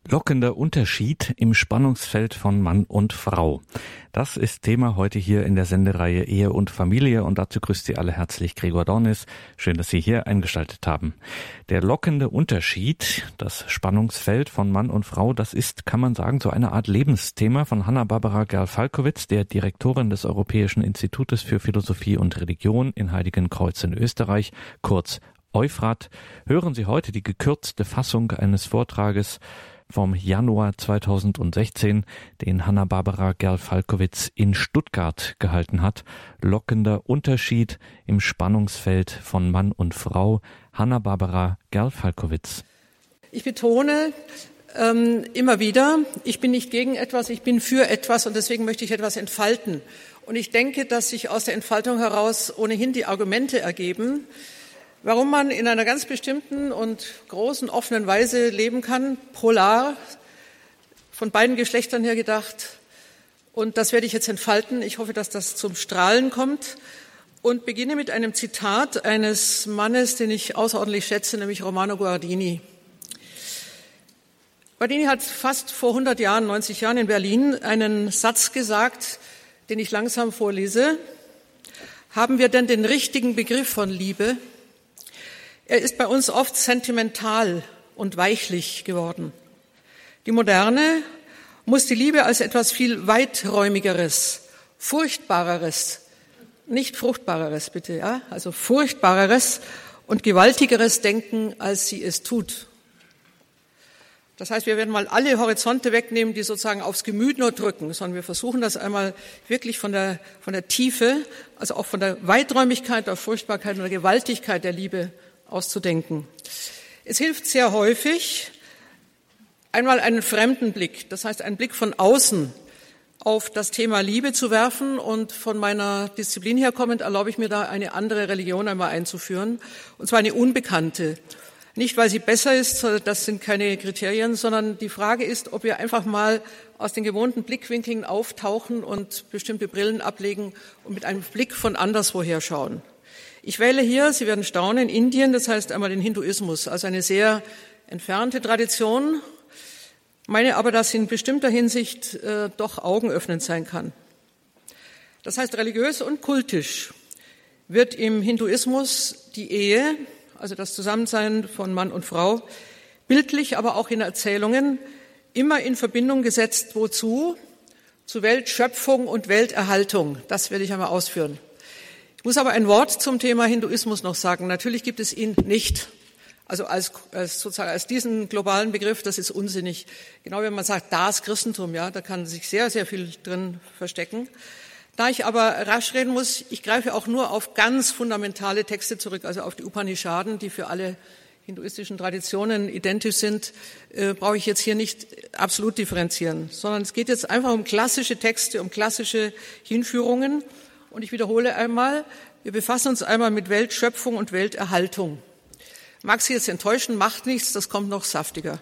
Lockender Unterschied im Spannungsfeld von Mann und Frau. Das ist Thema heute hier in der Sendereihe Ehe und Familie und dazu grüßt Sie alle herzlich Gregor Dornis. Schön, dass Sie hier eingeschaltet haben. Der lockende Unterschied, das Spannungsfeld von Mann und Frau, das ist, kann man sagen, so eine Art Lebensthema von Hanna-Barbara Gerl-Falkowitz, der Direktorin des Europäischen Institutes für Philosophie und Religion in Heiligenkreuz in Österreich, kurz Euphrat. Hören Sie heute die gekürzte Fassung eines Vortrages vom Januar 2016, den Hanna-Barbara Gerl-Falkowitz in Stuttgart gehalten hat. Lockender Unterschied im Spannungsfeld von Mann und Frau. Hanna-Barbara Gerl-Falkowitz. Ich betone immer wieder, ich bin nicht gegen etwas, ich bin für etwas und deswegen möchte ich etwas entfalten. Und ich denke, dass sich aus der Entfaltung heraus ohnehin die Argumente ergeben, warum man in einer ganz bestimmten und großen, offenen Weise leben kann, polar, von beiden Geschlechtern her gedacht. Und das werde ich jetzt entfalten. Ich hoffe, dass das zum Strahlen kommt. Und beginne mit einem Zitat eines Mannes, den ich außerordentlich schätze, nämlich Romano Guardini. Guardini hat fast vor 100 Jahren, 90 Jahren in Berlin einen Satz gesagt, den ich langsam vorlese. Haben wir denn den richtigen Begriff von Liebe? Er ist bei uns oft sentimental und weichlich geworden. Die Moderne muss die Liebe als etwas viel weiträumigeres, furchtbareres, nicht fruchtbareres bitte, ja, also furchtbareres und gewaltigeres denken, als sie es tut. Das heißt, wir werden mal alle Horizonte wegnehmen, die sozusagen aufs Gemüt nur drücken, sondern wir versuchen das einmal wirklich von der Tiefe, also auch von der Weiträumigkeit, der Furchtbarkeit und der Gewaltigkeit der Liebe auszudenken. Es hilft sehr häufig, einmal einen fremden Blick, das heißt einen Blick von außen auf das Thema Liebe zu werfen und von meiner Disziplin her kommend erlaube ich mir da eine andere Religion einmal einzuführen, und zwar eine unbekannte. Nicht, weil sie besser ist, das sind keine Kriterien, sondern die Frage ist, ob wir einfach mal aus den gewohnten Blickwinkeln auftauchen und bestimmte Brillen ablegen und mit einem Blick von anderswoher schauen. Ich wähle hier, Sie werden staunen, Indien, das heißt einmal den Hinduismus, also eine sehr entfernte Tradition, meine aber, dass sie in bestimmter Hinsicht doch augenöffnend sein kann. Das heißt, religiös und kultisch wird im Hinduismus die Ehe, also das Zusammensein von Mann und Frau, bildlich, aber auch in Erzählungen, immer in Verbindung gesetzt, wozu? Zu Weltschöpfung und Welterhaltung. Das werde ich einmal ausführen. Ich muss aber ein Wort zum Thema Hinduismus noch sagen. Natürlich gibt es ihn nicht. Also als diesen globalen Begriff, das ist unsinnig. Genau wenn man sagt, das Christentum, ja, da kann sich sehr, sehr viel drin verstecken. Da ich aber rasch reden muss, ich greife auch nur auf ganz fundamentale Texte zurück, also auf die Upanishaden, die für alle hinduistischen Traditionen identisch sind, brauche ich jetzt hier nicht absolut differenzieren, sondern es geht jetzt einfach um klassische Texte, um klassische Hinführungen. Und ich wiederhole einmal, wir befassen uns einmal mit Weltschöpfung und Welterhaltung. Mag Sie jetzt enttäuschen, macht nichts, das kommt noch saftiger.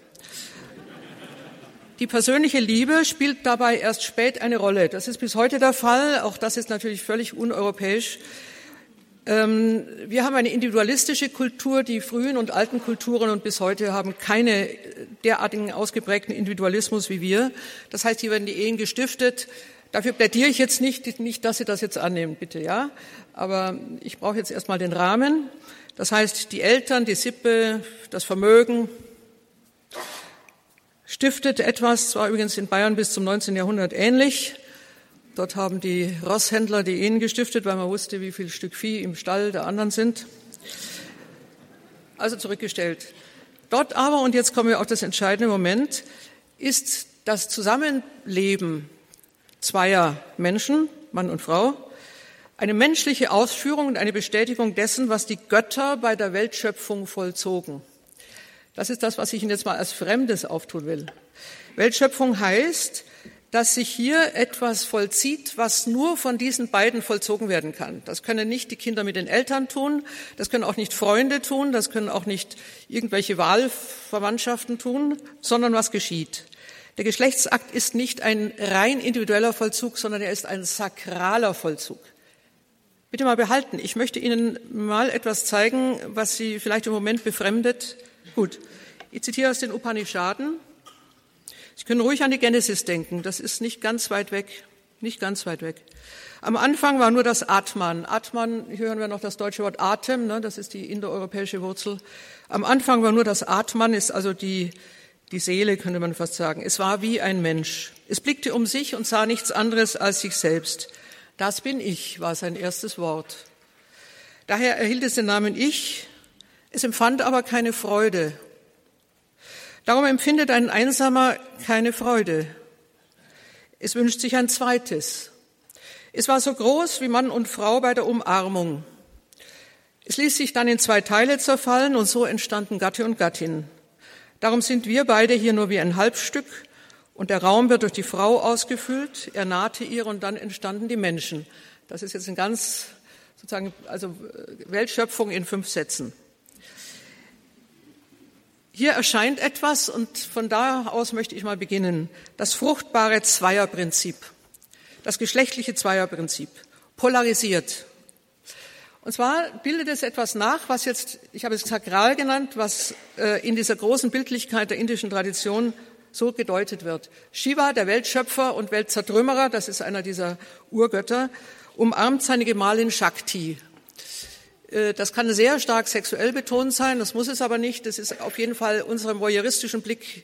Die persönliche Liebe spielt dabei erst spät eine Rolle. Das ist bis heute der Fall, auch das ist natürlich völlig uneuropäisch. Wir haben eine individualistische Kultur, die frühen und alten Kulturen und bis heute haben keine derartigen ausgeprägten Individualismus wie wir. Das heißt, hier werden die Ehen gestiftet. Dafür plädiere ich jetzt nicht, dass Sie das jetzt annehmen, bitte, ja. Aber ich brauche jetzt erstmal den Rahmen. Das heißt, die Eltern, die Sippe, das Vermögen stiftet etwas, zwar übrigens in Bayern bis zum 19. Jahrhundert ähnlich. Dort haben die Rosshändler die Ehen gestiftet, weil man wusste, wie viel Stück Vieh im Stall der anderen sind. Also zurückgestellt. Dort aber, und jetzt kommen wir auf das entscheidende Moment, ist das Zusammenleben zweier Menschen, Mann und Frau, eine menschliche Ausführung und eine Bestätigung dessen, was die Götter bei der Weltschöpfung vollzogen. Das ist das, was ich Ihnen jetzt mal als Fremdes auftun will. Weltschöpfung heißt, dass sich hier etwas vollzieht, was nur von diesen beiden vollzogen werden kann. Das können nicht die Kinder mit den Eltern tun, das können auch nicht Freunde tun, das können auch nicht irgendwelche Wahlverwandtschaften tun, sondern was geschieht. Der Geschlechtsakt ist nicht ein rein individueller Vollzug, sondern er ist ein sakraler Vollzug. Bitte mal behalten. Ich möchte Ihnen mal etwas zeigen, was Sie vielleicht im Moment befremdet. Gut, ich zitiere aus den Upanishaden. Sie können ruhig an die Genesis denken, das ist nicht ganz weit weg, nicht ganz weit weg. Am Anfang war nur das Atman. Atman, hier hören wir noch das deutsche Wort Atem, ne, das ist die indoeuropäische Wurzel. Am Anfang war nur das Atman, ist also die Seele, könnte man fast sagen. Es war wie ein Mensch. Es blickte um sich und sah nichts anderes als sich selbst. Das bin ich, war sein erstes Wort. Daher erhielt es den Namen Ich. Es empfand aber keine Freude. Darum empfindet ein Einsamer keine Freude. Es wünscht sich ein zweites. Es war so groß wie Mann und Frau bei der Umarmung. Es ließ sich dann in 2 Teile zerfallen und so entstanden Gatte und Gattin. Darum sind wir beide hier nur wie ein Halbstück und der Raum wird durch die Frau ausgefüllt. Er nahte ihr und dann entstanden die Menschen. Das ist jetzt ein ganz, sozusagen, also Weltschöpfung in 5 Sätzen. Hier erscheint etwas und von da aus möchte ich mal beginnen. Das fruchtbare Zweierprinzip, das geschlechtliche Zweierprinzip, polarisiert. Und zwar bildet es etwas nach, was jetzt, ich habe es sakral genannt, was in dieser großen Bildlichkeit der indischen Tradition so gedeutet wird. Shiva, der Weltschöpfer und Weltzertrümmerer, das ist einer dieser Urgötter, umarmt seine Gemahlin Shakti. Das kann sehr stark sexuell betont sein, das muss es aber nicht. Das ist auf jeden Fall unserem voyeuristischen Blick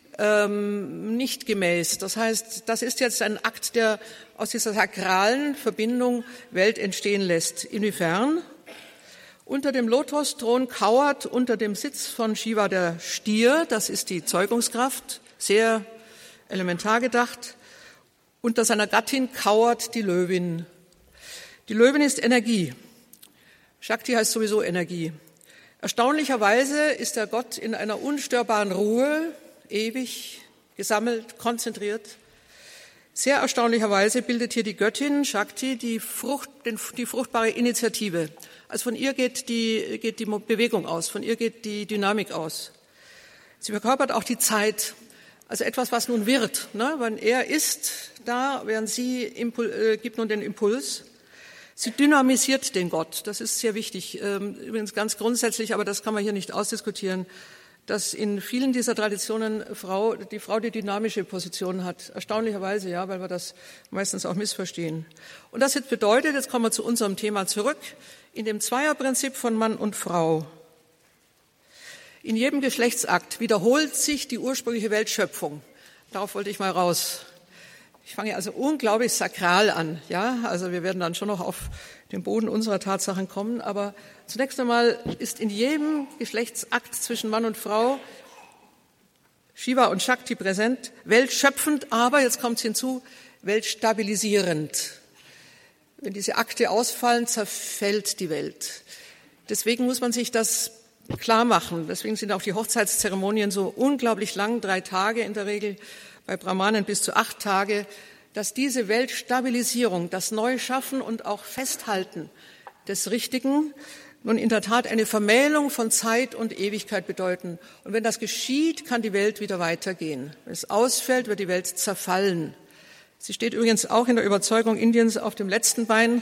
nicht gemäß. Das heißt, das ist jetzt ein Akt, der aus dieser sakralen Verbindung Welt entstehen lässt. Inwiefern? Unter dem Lotusthron kauert unter dem Sitz von Shiva der Stier, das ist die Zeugungskraft, sehr elementar gedacht. Unter seiner Gattin kauert die Löwin. Die Löwin ist Energie. Shakti heißt sowieso Energie. Erstaunlicherweise ist der Gott in einer unstörbaren Ruhe, ewig, gesammelt, konzentriert. Sehr erstaunlicherweise bildet hier die Göttin Shakti die fruchtbare Initiative. Also von ihr geht die Bewegung aus, von ihr geht die Dynamik aus. Sie verkörpert auch die Zeit, also etwas, was nun wird. Ne? Wenn er ist da, während sie gibt nun den Impuls. Sie dynamisiert den Gott, das ist sehr wichtig, übrigens ganz grundsätzlich, aber das kann man hier nicht ausdiskutieren, dass in vielen dieser Traditionen die Frau die dynamische Position hat, erstaunlicherweise, ja, weil wir das meistens auch missverstehen. Und das jetzt bedeutet, jetzt kommen wir zu unserem Thema zurück, in dem Zweierprinzip von Mann und Frau. In jedem Geschlechtsakt wiederholt sich die ursprüngliche Weltschöpfung. Darauf wollte ich mal raus. Ich fange also unglaublich sakral an, ja, also wir werden dann schon noch auf den Boden unserer Tatsachen kommen, aber zunächst einmal ist in jedem Geschlechtsakt zwischen Mann und Frau Shiva und Shakti präsent, weltschöpfend, aber, jetzt kommt es hinzu, weltstabilisierend. Wenn diese Akte ausfallen, zerfällt die Welt. Deswegen muss man sich das klar machen, deswegen sind auch die Hochzeitszeremonien so unglaublich lang, 3 Tage in der Regel, bei Brahmanen bis zu 8 Tage, dass diese Weltstabilisierung, das Neuschaffen und auch Festhalten des Richtigen nun in der Tat eine Vermählung von Zeit und Ewigkeit bedeuten. Und wenn das geschieht, kann die Welt wieder weitergehen. Wenn es ausfällt, wird die Welt zerfallen. Sie steht übrigens auch in der Überzeugung Indiens auf dem letzten Bein.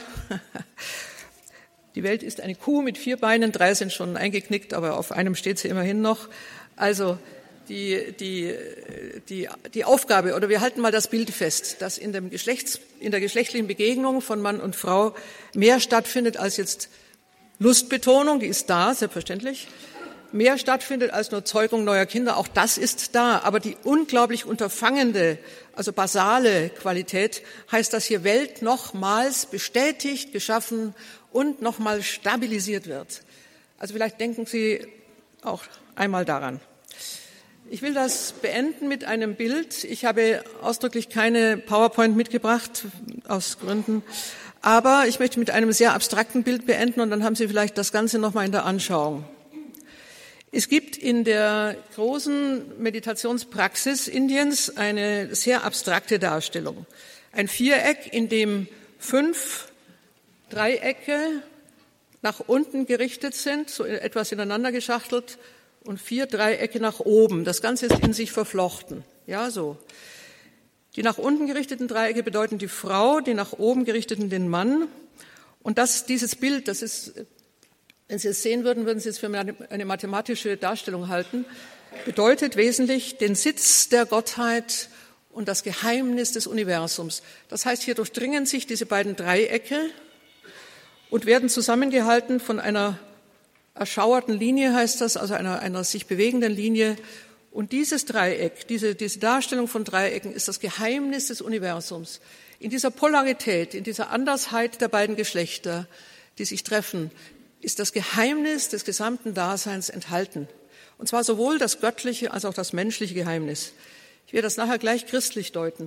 Die Welt ist eine Kuh mit 4 Beinen, 3 sind schon eingeknickt, aber auf einem steht sie immerhin noch. Also die Aufgabe, oder wir halten mal das Bild fest, dass in der geschlechtlichen Begegnung von Mann und Frau mehr stattfindet als jetzt Lustbetonung, die ist da, selbstverständlich, mehr stattfindet als nur Zeugung neuer Kinder, auch das ist da, aber die unglaublich unterfangende, also basale Qualität heißt, dass hier Welt nochmals bestätigt, geschaffen und nochmal stabilisiert wird. Also vielleicht denken Sie auch einmal daran. Ich will das beenden mit einem Bild. Ich habe ausdrücklich keine PowerPoint mitgebracht, aus Gründen. Aber ich möchte mit einem sehr abstrakten Bild beenden und dann haben Sie vielleicht das Ganze nochmal in der Anschauung. Es gibt in der großen Meditationspraxis Indiens eine sehr abstrakte Darstellung. Ein Viereck, in dem 5 Dreiecke nach unten gerichtet sind, so etwas ineinander geschachtelt, und 4 Dreiecke nach oben. Das Ganze ist in sich verflochten. Ja, so. Die nach unten gerichteten Dreiecke bedeuten die Frau, die nach oben gerichteten den Mann. Und dieses Bild, das ist wenn Sie es sehen würden, würden Sie es für eine mathematische Darstellung halten, bedeutet wesentlich den Sitz der Gottheit und das Geheimnis des Universums. Das heißt, hier durchdringen sich diese beiden Dreiecke und werden zusammengehalten von einer erschauerten Linie, heißt das, also einer sich bewegenden Linie. Und dieses Dreieck, diese Darstellung von Dreiecken ist das Geheimnis des Universums. In dieser Polarität, in dieser Andersheit der beiden Geschlechter, die sich treffen, ist das Geheimnis des gesamten Daseins enthalten. Und zwar sowohl das göttliche als auch das menschliche Geheimnis. Ich werde das nachher gleich christlich deuten.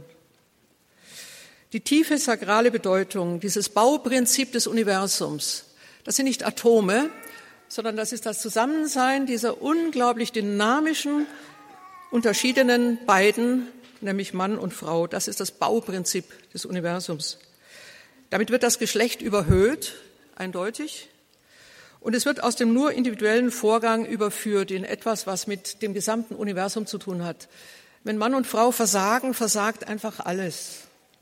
Die tiefe sakrale Bedeutung, dieses Bauprinzip des Universums, das sind nicht Atome, sondern das ist das Zusammensein dieser unglaublich dynamischen, unterschiedenen beiden, nämlich Mann und Frau. Das ist das Bauprinzip des Universums. Damit wird das Geschlecht überhöht, eindeutig. Und es wird aus dem nur individuellen Vorgang überführt in etwas, was mit dem gesamten Universum zu tun hat. Wenn Mann und Frau versagen, versagt einfach alles.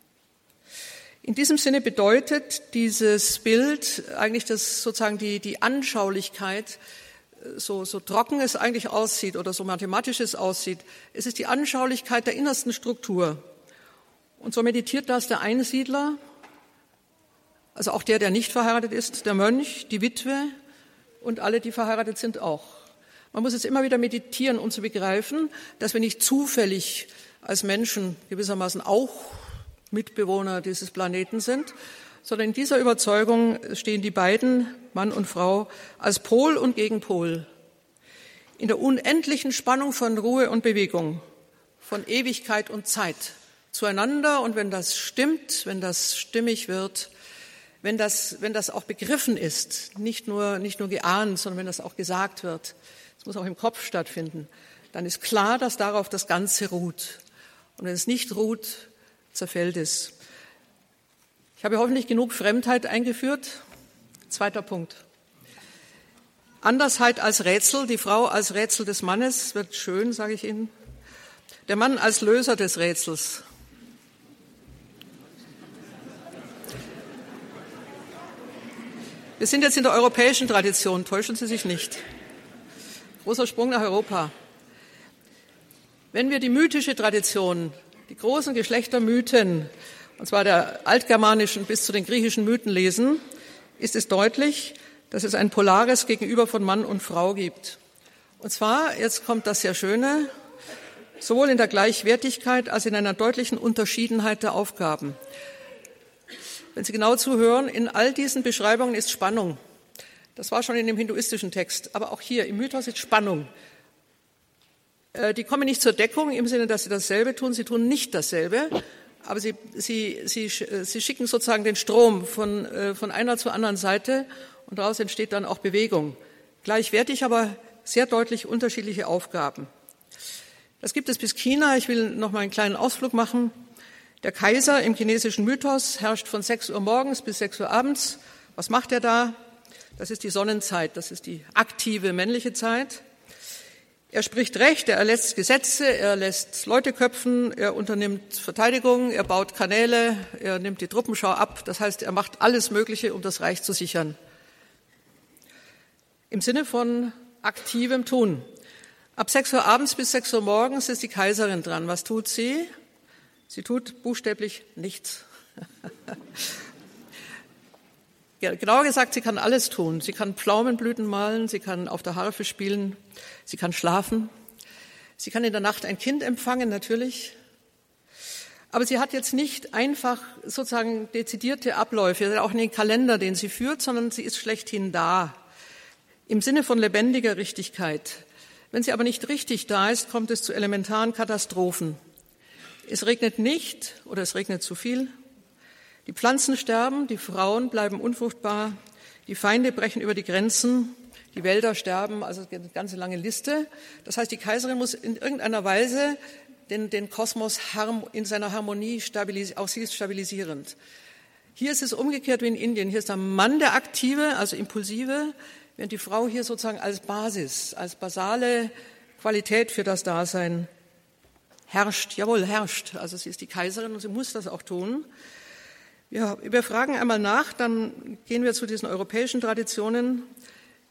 In diesem Sinne bedeutet dieses Bild eigentlich das sozusagen die Anschaulichkeit, so trocken es eigentlich aussieht oder so mathematisch es aussieht. Es ist die Anschaulichkeit der innersten Struktur. Und so meditiert das der Einsiedler, also auch der nicht verheiratet ist, der Mönch, die Witwe und alle, die verheiratet sind, auch. Man muss es immer wieder meditieren, um zu begreifen, dass wir nicht zufällig als Menschen gewissermaßen auch Mitbewohner dieses Planeten sind, sondern in dieser Überzeugung stehen die beiden, Mann und Frau, als Pol und Gegenpol. In der unendlichen Spannung von Ruhe und Bewegung, von Ewigkeit und Zeit zueinander. Und wenn das stimmt, wenn das stimmig wird, wenn das auch begriffen ist, nicht nur geahnt, sondern wenn das auch gesagt wird, das muss auch im Kopf stattfinden, dann ist klar, dass darauf das Ganze ruht. Und wenn es nicht ruht, zerfällt es. Ich habe hoffentlich genug Fremdheit eingeführt. Zweiter Punkt. Andersheit als Rätsel, die Frau als Rätsel des Mannes, wird schön, sage ich Ihnen. Der Mann als Löser des Rätsels. Wir sind jetzt in der europäischen Tradition, täuschen Sie sich nicht. Großer Sprung nach Europa. Wenn wir die mythische Tradition, die großen Geschlechtermythen, und zwar der altgermanischen bis zu den griechischen Mythen lesen, ist es deutlich, dass es ein polares Gegenüber von Mann und Frau gibt. Und zwar, jetzt kommt das sehr Schöne, sowohl in der Gleichwertigkeit als in einer deutlichen Unterschiedenheit der Aufgaben. Wenn Sie genau zuhören, in all diesen Beschreibungen ist Spannung. Das war schon in dem hinduistischen Text, aber auch hier im Mythos ist Spannung. Die kommen nicht zur Deckung im Sinne, dass sie dasselbe tun, sie tun nicht dasselbe, aber sie schicken sozusagen den Strom von einer zur anderen Seite und daraus entsteht dann auch Bewegung. Gleichwertig, aber sehr deutlich unterschiedliche Aufgaben. Das gibt es bis China. Ich will noch mal einen kleinen Ausflug machen. Der Kaiser im chinesischen Mythos herrscht von 6 Uhr morgens bis 6 Uhr abends. Was macht er da? Das ist die Sonnenzeit, das ist die aktive männliche Zeit. Er spricht Recht, er erlässt Gesetze, er lässt Leute köpfen, er unternimmt Verteidigung, er baut Kanäle, er nimmt die Truppenschau ab. Das heißt, er macht alles Mögliche, um das Reich zu sichern. Im Sinne von aktivem Tun. Ab 6 Uhr abends bis 6 Uhr morgens ist die Kaiserin dran. Was tut sie? Sie tut buchstäblich nichts. Genauer gesagt, sie kann alles tun. Sie kann Pflaumenblüten malen, sie kann auf der Harfe spielen, sie kann schlafen, sie kann in der Nacht ein Kind empfangen, natürlich. Aber sie hat jetzt nicht einfach sozusagen dezidierte Abläufe, auch in den Kalender, den sie führt, sondern sie ist schlechthin da, im Sinne von lebendiger Richtigkeit. Wenn sie aber nicht richtig da ist, kommt es zu elementaren Katastrophen. Es regnet nicht oder es regnet zu viel. Die Pflanzen sterben, die Frauen bleiben unfruchtbar, die Feinde brechen über die Grenzen, die Wälder sterben, also eine ganze lange Liste. Das heißt, die Kaiserin muss in irgendeiner Weise den Kosmos in seiner Harmonie stabilisieren, auch sie ist stabilisierend. Hier ist es umgekehrt wie in Indien. Hier ist der Mann der Aktive, also Impulsive, während die Frau hier sozusagen als Basis, als basale Qualität für das Dasein herrscht. Jawohl, herrscht. Also sie ist die Kaiserin und sie muss das auch tun. Ja, wir fragen einmal nach, dann gehen wir zu diesen europäischen Traditionen.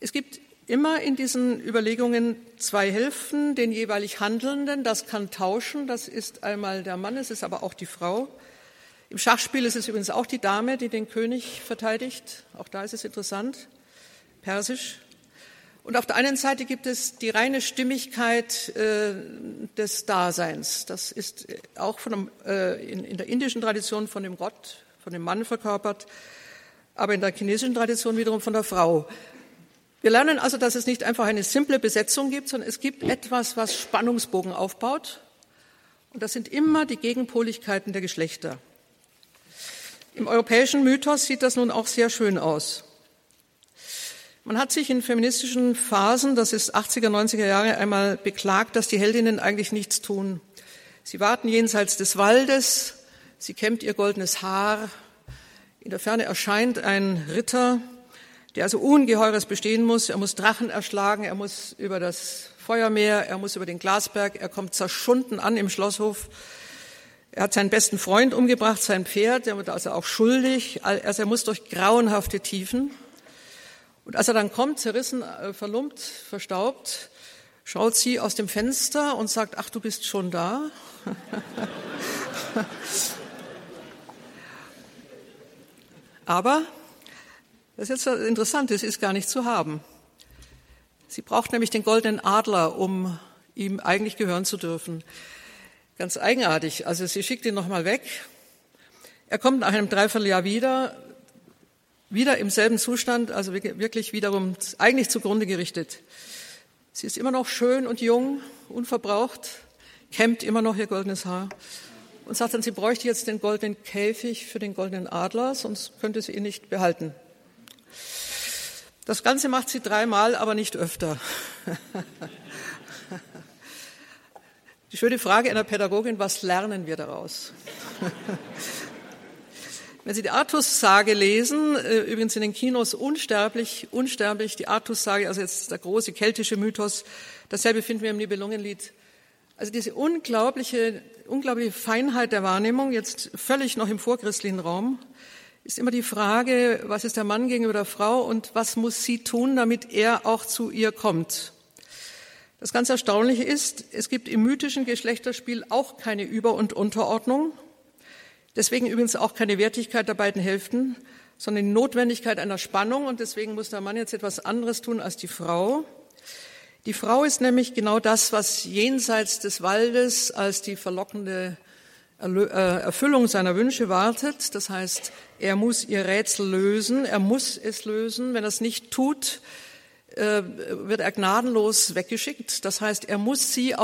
Es gibt immer in diesen Überlegungen zwei Hälften, den jeweilig Handelnden. Das kann tauschen, das ist einmal der Mann, es ist aber auch die Frau. Im Schachspiel ist es übrigens auch die Dame, die den König verteidigt. Auch da ist es interessant, persisch. Und auf der einen Seite gibt es die reine Stimmigkeit des Daseins. Das ist auch in der indischen Tradition von dem Gott, von dem Mann verkörpert, aber in der chinesischen Tradition wiederum von der Frau. Wir lernen also, dass es nicht einfach eine simple Besetzung gibt, sondern es gibt etwas, was Spannungsbogen aufbaut. Und das sind immer die Gegenpoligkeiten der Geschlechter. Im europäischen Mythos sieht das nun auch sehr schön aus. Man hat sich in feministischen Phasen, das ist 80er, 90er Jahre, einmal beklagt, dass die Heldinnen eigentlich nichts tun. Sie warten jenseits des Waldes, sie kämmt ihr goldenes Haar. In der Ferne erscheint ein Ritter, der also Ungeheures bestehen muss. Er muss Drachen erschlagen, er muss über das Feuermeer, er muss über den Glasberg, er kommt zerschunden an im Schlosshof. Er hat seinen besten Freund umgebracht, sein Pferd, der wird also auch schuldig. Also er muss durch grauenhafte Tiefen. Und als er dann kommt, zerrissen, verlumpt, verstaubt, schaut sie aus dem Fenster und sagt, ach, du bist schon da. Aber, das ist jetzt interessant, es ist gar nicht zu haben. Sie braucht nämlich den goldenen Adler, um ihm eigentlich gehören zu dürfen. Ganz eigenartig. Also sie schickt ihn nochmal weg. Er kommt nach einem Dreivierteljahr wieder im selben Zustand, also wirklich wiederum eigentlich zugrunde gerichtet. Sie ist immer noch schön und jung, unverbraucht, kämmt immer noch ihr goldenes Haar und sagt dann, sie bräuchte jetzt den goldenen Käfig für den goldenen Adler, sonst könnte sie ihn nicht behalten. Das Ganze macht sie 3-mal, aber nicht öfter. Die schöne Frage einer Pädagogin, was lernen wir daraus? Wenn Sie die Artus-Sage lesen, übrigens in den Kinos unsterblich, die Artus-Sage, also jetzt der große keltische Mythos, dasselbe finden wir im Nibelungenlied. Also diese unglaubliche Feinheit der Wahrnehmung, jetzt völlig noch im vorchristlichen Raum, ist immer die Frage, was ist der Mann gegenüber der Frau und was muss sie tun, damit er auch zu ihr kommt. Das ganz Erstaunliche ist, es gibt im mythischen Geschlechterspiel auch keine Über- und Unterordnung. Deswegen übrigens auch keine Wertigkeit der beiden Hälften, sondern die Notwendigkeit einer Spannung. Und deswegen muss der Mann jetzt etwas anderes tun als die Frau. Die Frau ist nämlich genau das, was jenseits des Waldes als die verlockende Erfüllung seiner Wünsche wartet. Das heißt, er muss ihr Rätsel lösen, er muss es lösen. Wenn er es nicht tut, wird er gnadenlos weggeschickt. Das heißt, er muss sie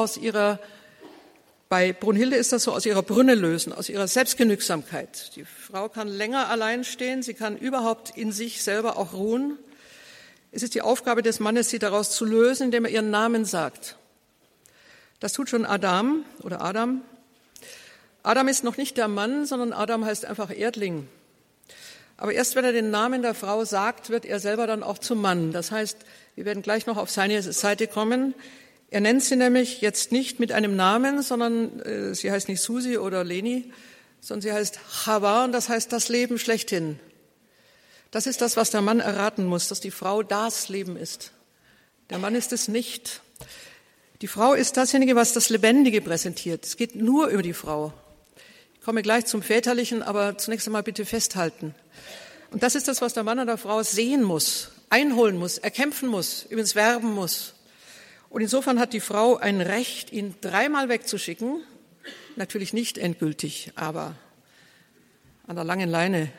bei Brunhilde ist das so, aus ihrer Brünne lösen, aus ihrer Selbstgenügsamkeit. Die Frau kann länger allein stehen, sie kann überhaupt in sich selber auch ruhen. Es ist die Aufgabe des Mannes, sie daraus zu lösen, indem er ihren Namen sagt. Das tut schon Adam oder Adam. Adam ist noch nicht der Mann, sondern Adam heißt einfach Erdling. Aber erst wenn er den Namen der Frau sagt, wird er selber dann auch zum Mann. Das heißt, wir werden gleich noch auf seine Seite kommen. Er nennt sie nämlich jetzt nicht mit einem Namen, sondern sie heißt nicht Susi oder Leni, sondern sie heißt Chava und das heißt das Leben schlechthin. Das ist das, was der Mann erraten muss, dass die Frau das Leben ist. Der Mann ist es nicht. Die Frau ist dasjenige, was das Lebendige präsentiert. Es geht nur über die Frau. Ich komme gleich zum Väterlichen, aber zunächst einmal bitte festhalten. Und das ist das, was der Mann an der Frau sehen muss, einholen muss, erkämpfen muss, übrigens werben muss. Und insofern hat die Frau ein Recht, ihn 3-mal wegzuschicken. Natürlich nicht endgültig, aber an der langen Leine.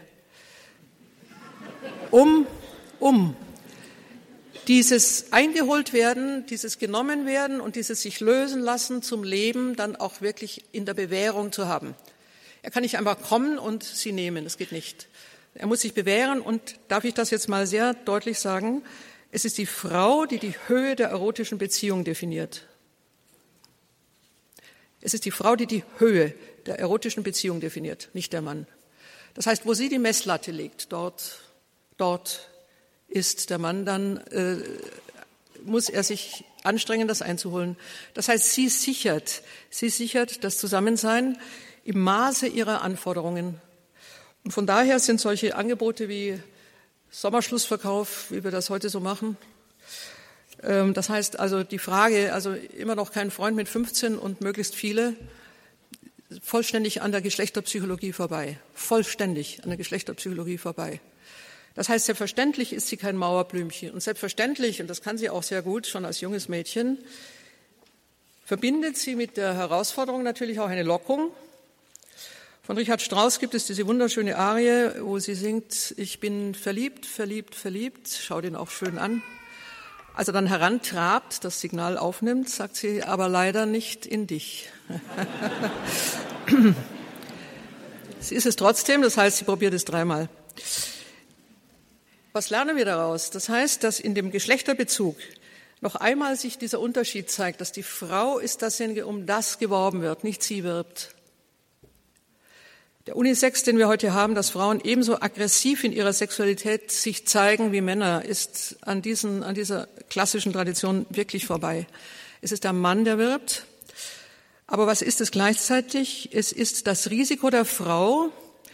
Um dieses eingeholt werden, dieses genommen werden und dieses sich lösen lassen zum Leben dann auch wirklich in der Bewährung zu haben. Er kann nicht einfach kommen und sie nehmen, das geht nicht. Er muss sich bewähren und darf ich das jetzt mal sehr deutlich sagen, es ist die Frau, die die Höhe der erotischen Beziehung definiert. Es ist die Frau, die die Höhe der erotischen Beziehung definiert, nicht der Mann. Das heißt, wo sie die Messlatte legt, dort ist der Mann, dann muss er sich anstrengen, das einzuholen. Das heißt, sie sichert das Zusammensein im Maße ihrer Anforderungen. Und von daher sind solche Angebote wie Sommerschlussverkauf, wie wir das heute so machen, Das heißt also die Frage, also immer noch kein Freund mit 15 und möglichst viele, vollständig an der Geschlechterpsychologie vorbei. Vollständig an der Geschlechterpsychologie vorbei. Das heißt, selbstverständlich ist sie kein Mauerblümchen. Und selbstverständlich, und das kann sie auch sehr gut, schon als junges Mädchen, verbindet sie mit der Herausforderung natürlich auch eine Lockung. Von Richard Strauss gibt es diese wunderschöne Arie, wo sie singt, ich bin verliebt, verliebt, verliebt, schau den auch schön an. Als er dann herantrabt, das Signal aufnimmt, sagt sie, aber leider nicht in dich. Sie ist es trotzdem, das heißt, sie probiert es 3-mal. Was lernen wir daraus? Das heißt, dass in dem Geschlechterbezug noch einmal sich dieser Unterschied zeigt, dass die Frau ist dasjenige, um das geworben wird, nicht sie wirbt. Der Unisex, den wir heute haben, dass Frauen ebenso aggressiv in ihrer Sexualität sich zeigen wie Männer, ist an dieser klassischen Tradition wirklich vorbei. Es ist der Mann, der wirbt. Aber was ist es gleichzeitig? Es ist das Risiko der Frau,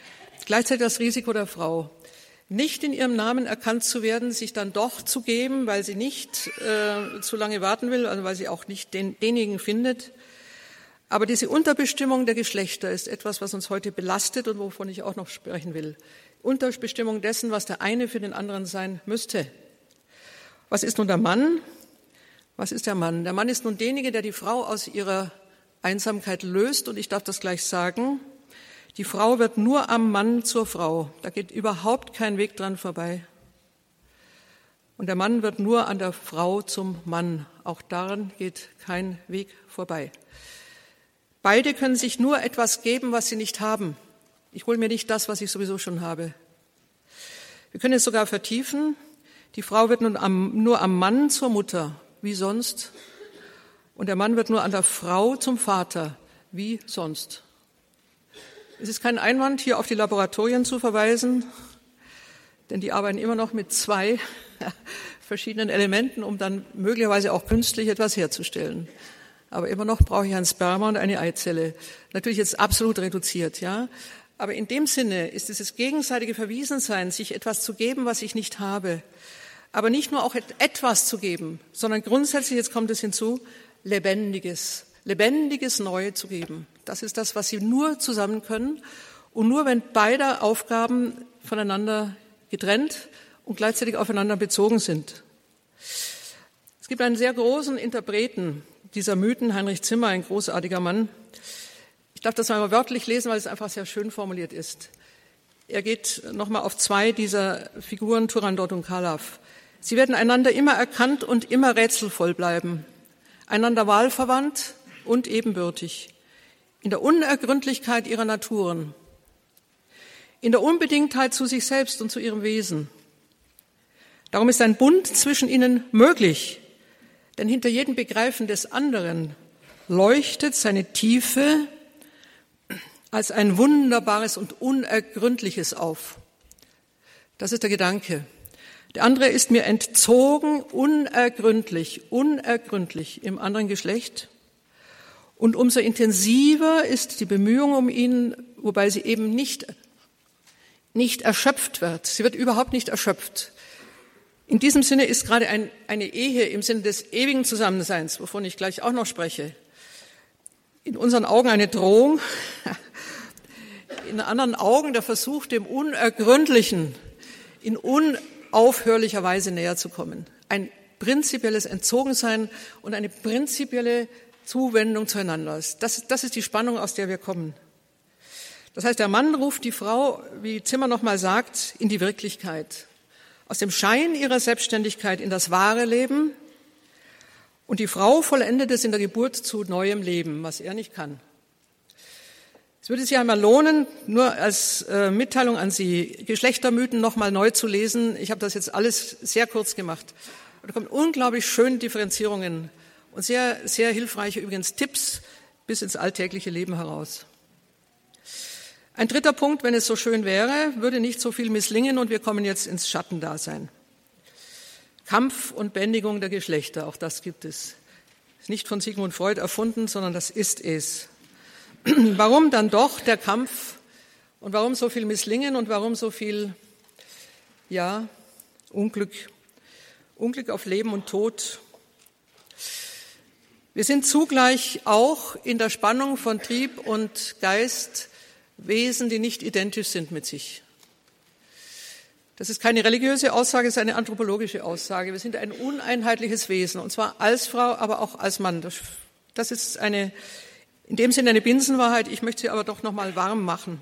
nicht in ihrem Namen erkannt zu werden, sich dann doch zu geben, weil sie nicht zu lange warten will, also weil sie auch nicht denjenigen findet. Aber diese Unterbestimmung der Geschlechter ist etwas, was uns heute belastet und wovon ich auch noch sprechen will. Unterbestimmung dessen, was der eine für den anderen sein müsste. Was ist nun der Mann? Was ist der Mann? Der Mann ist nun derjenige, der die Frau aus ihrer Einsamkeit löst. Und ich darf das gleich sagen, die Frau wird nur am Mann zur Frau. Da geht überhaupt kein Weg dran vorbei. Und der Mann wird nur an der Frau zum Mann. Auch daran geht kein Weg vorbei. Beide können sich nur etwas geben, was sie nicht haben. Ich hole mir nicht das, was ich sowieso schon habe. Wir können es sogar vertiefen. Die Frau wird nur am Mann zur Mutter, wie sonst. Und der Mann wird nur an der Frau zum Vater, wie sonst. Es ist kein Einwand, hier auf die Laboratorien zu verweisen, denn die arbeiten immer noch mit 2 verschiedenen Elementen, um dann möglicherweise auch künstlich etwas herzustellen. Aber immer noch brauche ich ein Sperma und eine Eizelle. Natürlich jetzt absolut reduziert, ja. Aber in dem Sinne ist dieses gegenseitige Verwiesensein, sich etwas zu geben, was ich nicht habe. Aber nicht nur auch etwas zu geben, sondern grundsätzlich, jetzt kommt es hinzu, Lebendiges neu zu geben. Das ist das, was sie nur zusammen können. Und nur wenn beide Aufgaben voneinander getrennt und gleichzeitig aufeinander bezogen sind. Es gibt einen sehr großen Interpreten dieser Mythen, Heinrich Zimmer, ein großartiger Mann. Ich darf das mal wörtlich lesen, weil es einfach sehr schön formuliert ist. Er geht nochmal auf 2 dieser Figuren, Turandot und Khalaf. Sie werden einander immer erkannt und immer rätselvoll bleiben, einander wahlverwandt und ebenbürtig, in der Unergründlichkeit ihrer Naturen, in der Unbedingtheit zu sich selbst und zu ihrem Wesen. Darum ist ein Bund zwischen ihnen möglich, denn hinter jedem Begreifen des anderen leuchtet seine Tiefe als ein wunderbares und Unergründliches auf. Das ist der Gedanke. Der andere ist mir entzogen, unergründlich im anderen Geschlecht. Und umso intensiver ist die Bemühung um ihn, wobei sie eben nicht erschöpft wird. Sie wird überhaupt nicht erschöpft. In diesem Sinne ist gerade eine Ehe im Sinne des ewigen Zusammenseins, wovon ich gleich auch noch spreche, in unseren Augen eine Drohung, in anderen Augen der Versuch, dem Unergründlichen in unaufhörlicher Weise näher zu kommen. Ein prinzipielles Entzogensein und eine prinzipielle Zuwendung zueinander. Das ist die Spannung, aus der wir kommen. Das heißt, der Mann ruft die Frau, wie Zimmer nochmal sagt, in die Wirklichkeit. Aus dem Schein ihrer Selbstständigkeit in das wahre Leben. Und die Frau vollendet es in der Geburt zu neuem Leben, was er nicht kann. Es würde sich einmal lohnen, nur als Mitteilung an Sie, Geschlechtermythen nochmal neu zu lesen. Ich habe das jetzt alles sehr kurz gemacht. Da kommen unglaublich schöne Differenzierungen und sehr, sehr hilfreiche übrigens Tipps bis ins alltägliche Leben heraus. Ein dritter Punkt, wenn es so schön wäre, würde nicht so viel misslingen und wir kommen jetzt ins Schattendasein. Kampf und Bändigung der Geschlechter, auch das gibt es. Ist nicht von Sigmund Freud erfunden, sondern das ist es. Warum dann doch der Kampf und warum so viel Misslingen und warum so viel, Unglück? Unglück auf Leben und Tod. Wir sind zugleich auch in der Spannung von Trieb und Geist Wesen, die nicht identisch sind mit sich. Das ist keine religiöse Aussage, es ist eine anthropologische Aussage. Wir sind ein uneinheitliches Wesen, und zwar als Frau, aber auch als Mann. Das ist in dem Sinne eine Binsenwahrheit. Ich möchte sie aber doch noch mal warm machen.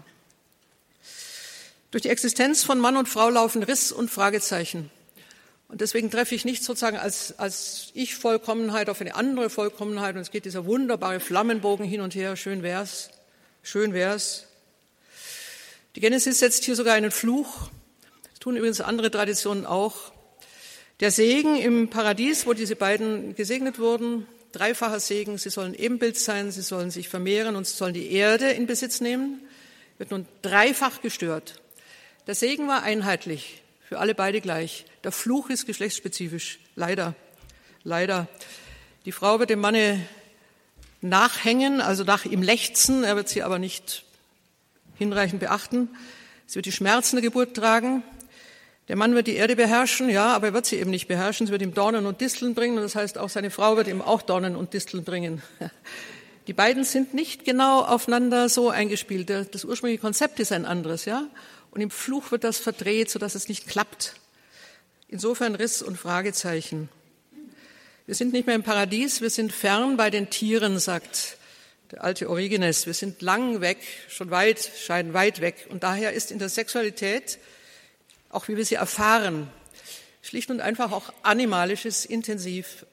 Durch die Existenz von Mann und Frau laufen Riss und Fragezeichen. Und deswegen treffe ich nicht sozusagen als Ich-Vollkommenheit auf eine andere Vollkommenheit. Und es geht dieser wunderbare Flammenbogen hin und her. Schön wär's. Schön wär's. Die Genesis setzt hier sogar einen Fluch. Das tun übrigens andere Traditionen auch. Der Segen im Paradies, wo diese beiden gesegnet wurden, dreifacher Segen. Sie sollen Ebenbild sein, sie sollen sich vermehren und sie sollen die Erde in Besitz nehmen. Wird nun dreifach gestört. Der Segen war einheitlich. Für alle beide gleich. Der Fluch ist geschlechtsspezifisch. Leider. Leider. Die Frau wird dem Manne nachhängen, also nach ihm lechzen. Er wird sie aber nicht hinreichend beachten. Sie wird die Schmerzen der Geburt tragen. Der Mann wird die Erde beherrschen, ja, aber er wird sie eben nicht beherrschen. Sie wird ihm Dornen und Disteln bringen. Und das heißt, auch seine Frau wird ihm auch Dornen und Disteln bringen. Die beiden sind nicht genau aufeinander so eingespielt. Das ursprüngliche Konzept ist ein anderes, ja. Und im Fluch wird das verdreht, sodass es nicht klappt. Insofern Riss und Fragezeichen. Wir sind nicht mehr im Paradies, wir sind fern bei den Tieren, sagt der alte Origenes. Wir sind lang weg, schon scheiden weit weg. Und daher ist in der Sexualität, auch wie wir sie erfahren, schlicht und einfach auch Animalisches intensiv.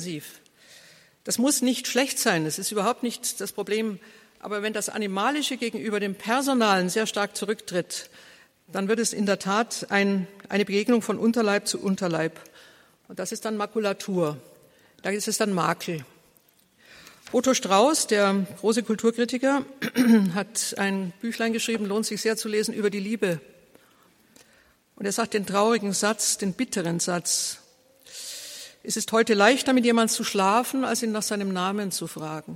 Das muss nicht schlecht sein, das ist überhaupt nicht das Problem. Aber wenn das Animalische gegenüber dem Personalen sehr stark zurücktritt, dann wird es in der Tat eine Begegnung von Unterleib zu Unterleib. Und das ist dann Makulatur. Da ist es dann Makel. Otto Strauß, der große Kulturkritiker, hat ein Büchlein geschrieben, lohnt sich sehr zu lesen, über die Liebe. Und er sagt den traurigen Satz, den bitteren Satz: Es ist heute leichter, mit jemandem zu schlafen, als ihn nach seinem Namen zu fragen.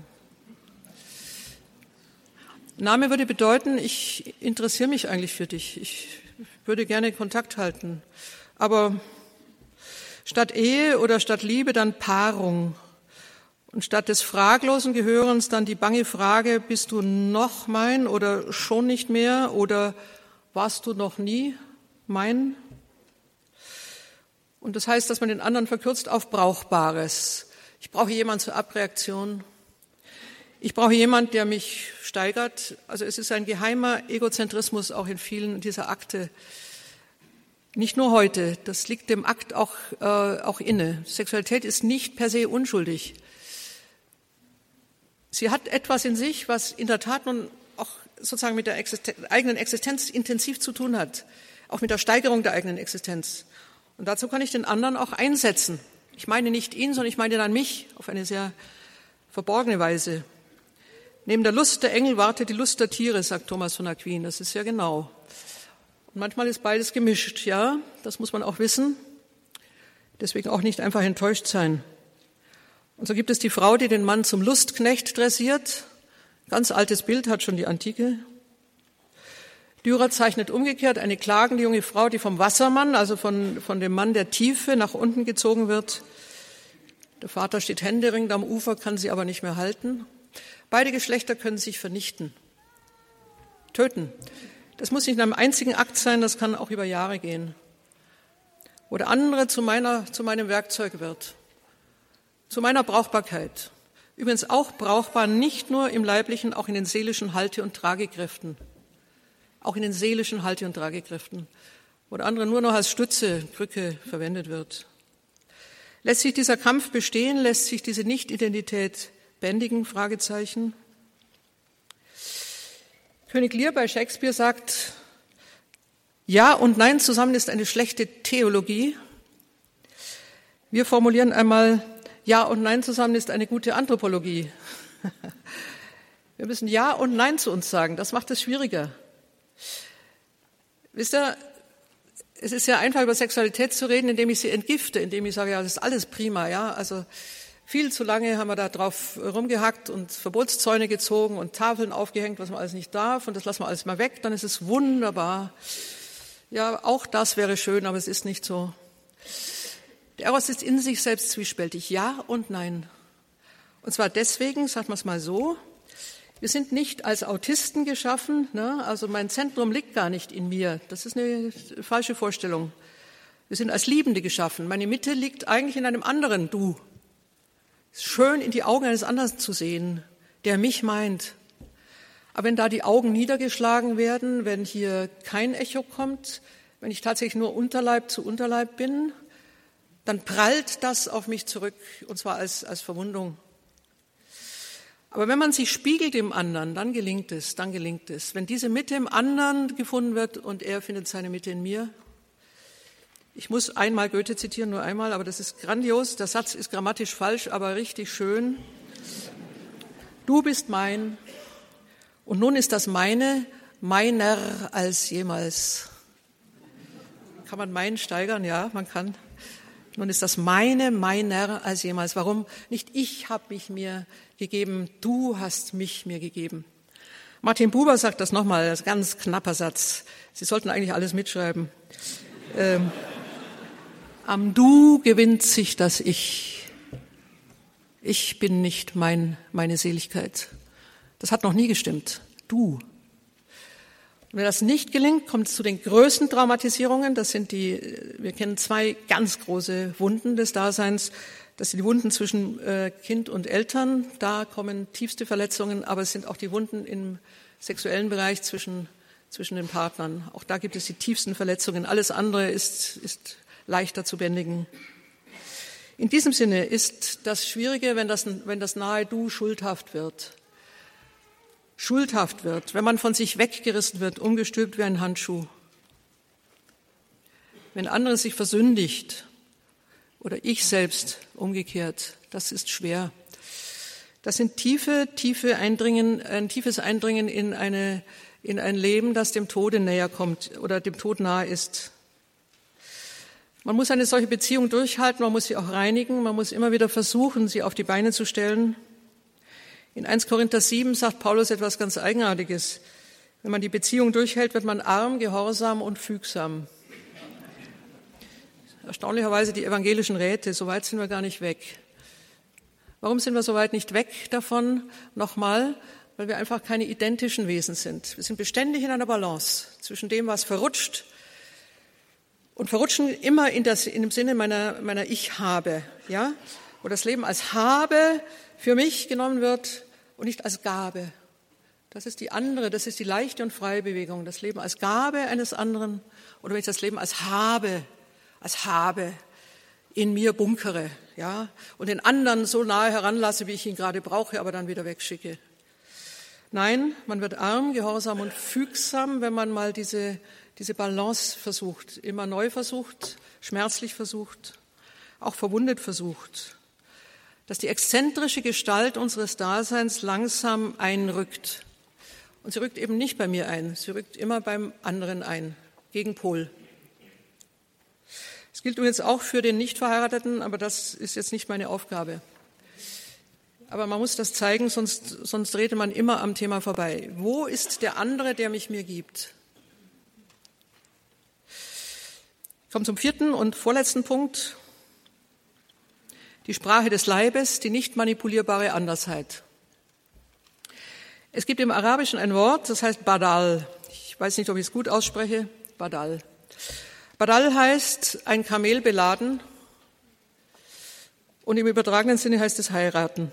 Name würde bedeuten, ich interessiere mich eigentlich für dich. Ich würde gerne Kontakt halten. Aber statt Ehe oder statt Liebe dann Paarung. Und statt des fraglosen Gehörens dann die bange Frage, bist du noch mein oder schon nicht mehr oder warst du noch nie mein? Und das heißt, dass man den anderen verkürzt auf Brauchbares. Ich brauche jemanden zur Abreaktion. Ich brauche jemanden, der mich steigert. Also es ist ein geheimer Egozentrismus auch in vielen dieser Akte. Nicht nur heute, das liegt dem Akt auch inne. Sexualität ist nicht per se unschuldig. Sie hat etwas in sich, was in der Tat nun auch sozusagen mit der eigenen Existenz intensiv zu tun hat. Auch mit der Steigerung der eigenen Existenz. Und dazu kann ich den anderen auch einsetzen. Ich meine nicht ihn, sondern ich meine dann mich auf eine sehr verborgene Weise. Neben der Lust der Engel wartet die Lust der Tiere, sagt Thomas von Aquin. Das ist sehr genau. Und manchmal ist beides gemischt, ja, das muss man auch wissen. Deswegen auch nicht einfach enttäuscht sein. Und so gibt es die Frau, die den Mann zum Lustknecht dressiert. Ganz altes Bild, hat schon die Antike. Dürer zeichnet umgekehrt eine klagende junge Frau, die vom Wassermann, also von dem Mann der Tiefe, nach unten gezogen wird. Der Vater steht händeringend am Ufer, kann sie aber nicht mehr halten. Beide Geschlechter können sich vernichten, töten. Das muss nicht in einem einzigen Akt sein, das kann auch über Jahre gehen. Wo der andere zu meinem Werkzeug wird, zu meiner Brauchbarkeit. Übrigens auch brauchbar, nicht nur im leiblichen, auch in den seelischen Halte- und Tragekräften. Auch in den seelischen Halte- und Tragekräften, wo der andere nur noch als Stütze, Krücke verwendet wird. Lässt sich dieser Kampf bestehen? Lässt sich diese Nicht-Identität bändigen? Fragezeichen. König Lear bei Shakespeare sagt, Ja und Nein zusammen ist eine schlechte Theologie. Wir formulieren einmal, Ja und Nein zusammen ist eine gute Anthropologie. Wir müssen Ja und Nein zu uns sagen, das macht es schwieriger. Wisst ihr, es ist ja einfach über Sexualität zu reden, indem ich sie entgifte, indem ich sage, ja, das ist alles prima, ja. Also viel zu lange haben wir da drauf rumgehackt und Verbotszäune gezogen und Tafeln aufgehängt, was man alles nicht darf, und das lassen wir alles mal weg, dann ist es wunderbar. Ja, auch das wäre schön, aber es ist nicht so. Der Eros ist in sich selbst zwiespältig, ja und nein. Und zwar deswegen, sagen wir es mal so, wir sind nicht als Autisten geschaffen, ne? Also mein Zentrum liegt gar nicht in mir. Das ist eine falsche Vorstellung. Wir sind als Liebende geschaffen. Meine Mitte liegt eigentlich in einem anderen Du. Es ist schön, in die Augen eines anderen zu sehen, der mich meint. Aber wenn da die Augen niedergeschlagen werden, wenn hier kein Echo kommt, wenn ich tatsächlich nur Unterleib zu Unterleib bin, dann prallt das auf mich zurück, und zwar als Verwundung. Aber wenn man sich spiegelt im anderen, dann gelingt es. Wenn diese Mitte im anderen gefunden wird und er findet seine Mitte in mir. Ich muss einmal Goethe zitieren, nur einmal, aber das ist grandios. Der Satz ist grammatisch falsch, aber richtig schön. Du bist mein und nun ist das meine meiner als jemals. Kann man meinen steigern? Ja, man kann. Nun ist das meine meiner als jemals. Warum? Nicht ich habe mich mir gegeben, du hast mich mir gegeben. Martin Buber sagt das nochmal, das ist ein ganz knapper Satz. Sie sollten eigentlich alles mitschreiben. Am Du gewinnt sich das Ich. Ich bin nicht meine Seligkeit. Das hat noch nie gestimmt. Du. Und wenn das nicht gelingt, kommt es zu den größten Traumatisierungen. Wir kennen zwei ganz große Wunden des Daseins. Das sind die Wunden zwischen Kind und Eltern. Da kommen tiefste Verletzungen, aber es sind auch die Wunden im sexuellen Bereich zwischen den Partnern. Auch da gibt es die tiefsten Verletzungen. Alles andere ist leichter zu bändigen. In diesem Sinne ist das Schwierige, wenn das nahe Du schuldhaft wird. Wenn man von sich weggerissen wird, umgestülpt wie ein Handschuh. Wenn andere sich versündigt oder ich selbst umgekehrt, das ist schwer. Das sind ein tiefes Eindringen in ein Leben, das dem Tode näher kommt oder dem Tod nahe ist. Man muss eine solche Beziehung durchhalten, man muss sie auch reinigen, man muss immer wieder versuchen, sie auf die Beine zu stellen. In 1 Korinther 7 sagt Paulus etwas ganz Eigenartiges. Wenn man die Beziehung durchhält, wird man arm, gehorsam und fügsam. Erstaunlicherweise die evangelischen Räte, so weit sind wir gar nicht weg. Warum sind wir so weit nicht weg davon? Nochmal, weil wir einfach keine identischen Wesen sind. Wir sind beständig in einer Balance zwischen dem, was verrutscht, und verrutschen immer in dem Sinne meiner Ich-Habe, ja? Wo das Leben als Habe für mich genommen wird und nicht als Gabe. Das ist die leichte und freie Bewegung. Das Leben als Gabe eines anderen oder wenn ich das Leben als Habe in mir bunkere, ja? Und den anderen so nahe heranlasse, wie ich ihn gerade brauche, aber dann wieder wegschicke. Nein, man wird arm, gehorsam und fügsam, wenn man mal diese Balance versucht, immer neu versucht, schmerzlich versucht, auch verwundet versucht, dass die exzentrische Gestalt unseres Daseins langsam einrückt. Und sie rückt eben nicht bei mir ein, sie rückt immer beim anderen ein, Gegenpol. Das gilt übrigens auch für den Nichtverheirateten, aber das ist jetzt nicht meine Aufgabe. Aber man muss das zeigen, sonst redet man immer am Thema vorbei. Wo ist der andere, der mich mir gibt? Ich komme zum 4. und vorletzten Punkt. Die Sprache des Leibes, die nicht manipulierbare Andersheit. Es gibt im Arabischen ein Wort, das heißt Badal. Ich weiß nicht, ob ich es gut ausspreche. Badal. Badal heißt ein Kamel beladen und im übertragenen Sinne heißt es heiraten.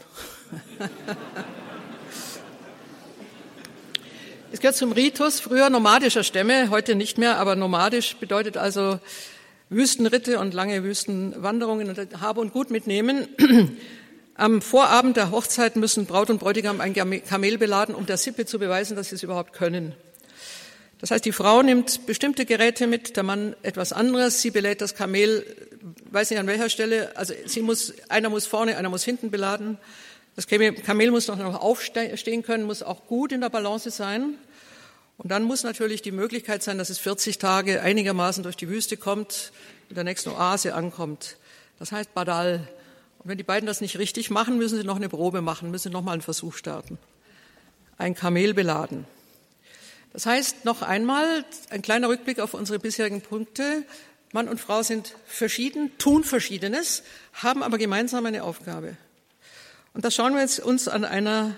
Es gehört zum Ritus früher nomadischer Stämme, heute nicht mehr, aber nomadisch bedeutet also Wüstenritte und lange Wüstenwanderungen und Hab und Gut mitnehmen. Am Vorabend der Hochzeit müssen Braut und Bräutigam ein Kamel beladen, um der Sippe zu beweisen, dass sie es überhaupt können. Das heißt, die Frau nimmt bestimmte Geräte mit, der Mann etwas anderes. Sie belädt das Kamel, weiß nicht an welcher Stelle, also einer muss vorne, einer muss hinten beladen. Das Kamel muss noch aufstehen können, muss auch gut in der Balance sein. Und dann muss natürlich die Möglichkeit sein, dass es 40 Tage einigermaßen durch die Wüste kommt, in der nächsten Oase ankommt. Das heißt Badal. Und wenn die beiden das nicht richtig machen, müssen sie noch eine Probe machen, müssen noch mal einen Versuch starten. Ein Kamel beladen. Das heißt, noch einmal, ein kleiner Rückblick auf unsere bisherigen Punkte. Mann und Frau sind verschieden, tun Verschiedenes, haben aber gemeinsam eine Aufgabe. Und das schauen wir jetzt uns an einem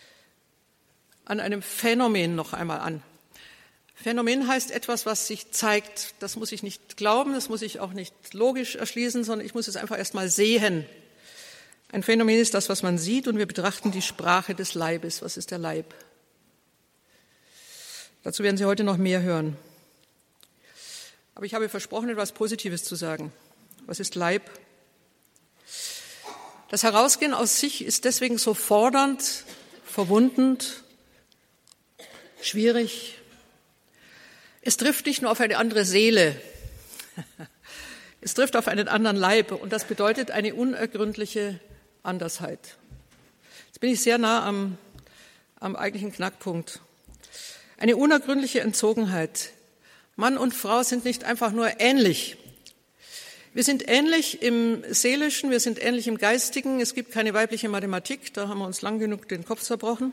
Phänomen noch einmal an. Phänomen heißt etwas, was sich zeigt. Das muss ich nicht glauben, das muss ich auch nicht logisch erschließen, sondern ich muss es einfach erst mal sehen. Ein Phänomen ist das, was man sieht, und wir betrachten die Sprache des Leibes. Was ist der Leib? Dazu werden Sie heute noch mehr hören. Aber ich habe versprochen, etwas Positives zu sagen. Was ist Leib? Das Herausgehen aus sich ist deswegen so fordernd, verwundend, schwierig. Es trifft nicht nur auf eine andere Seele, es trifft auf einen anderen Leib, und das bedeutet eine unergründliche Andersheit. Jetzt bin ich sehr nah am eigentlichen Knackpunkt. Eine unergründliche Entzogenheit. Mann und Frau sind nicht einfach nur ähnlich. Wir sind ähnlich im Seelischen, wir sind ähnlich im Geistigen. Es gibt keine weibliche Mathematik, da haben wir uns lang genug den Kopf zerbrochen.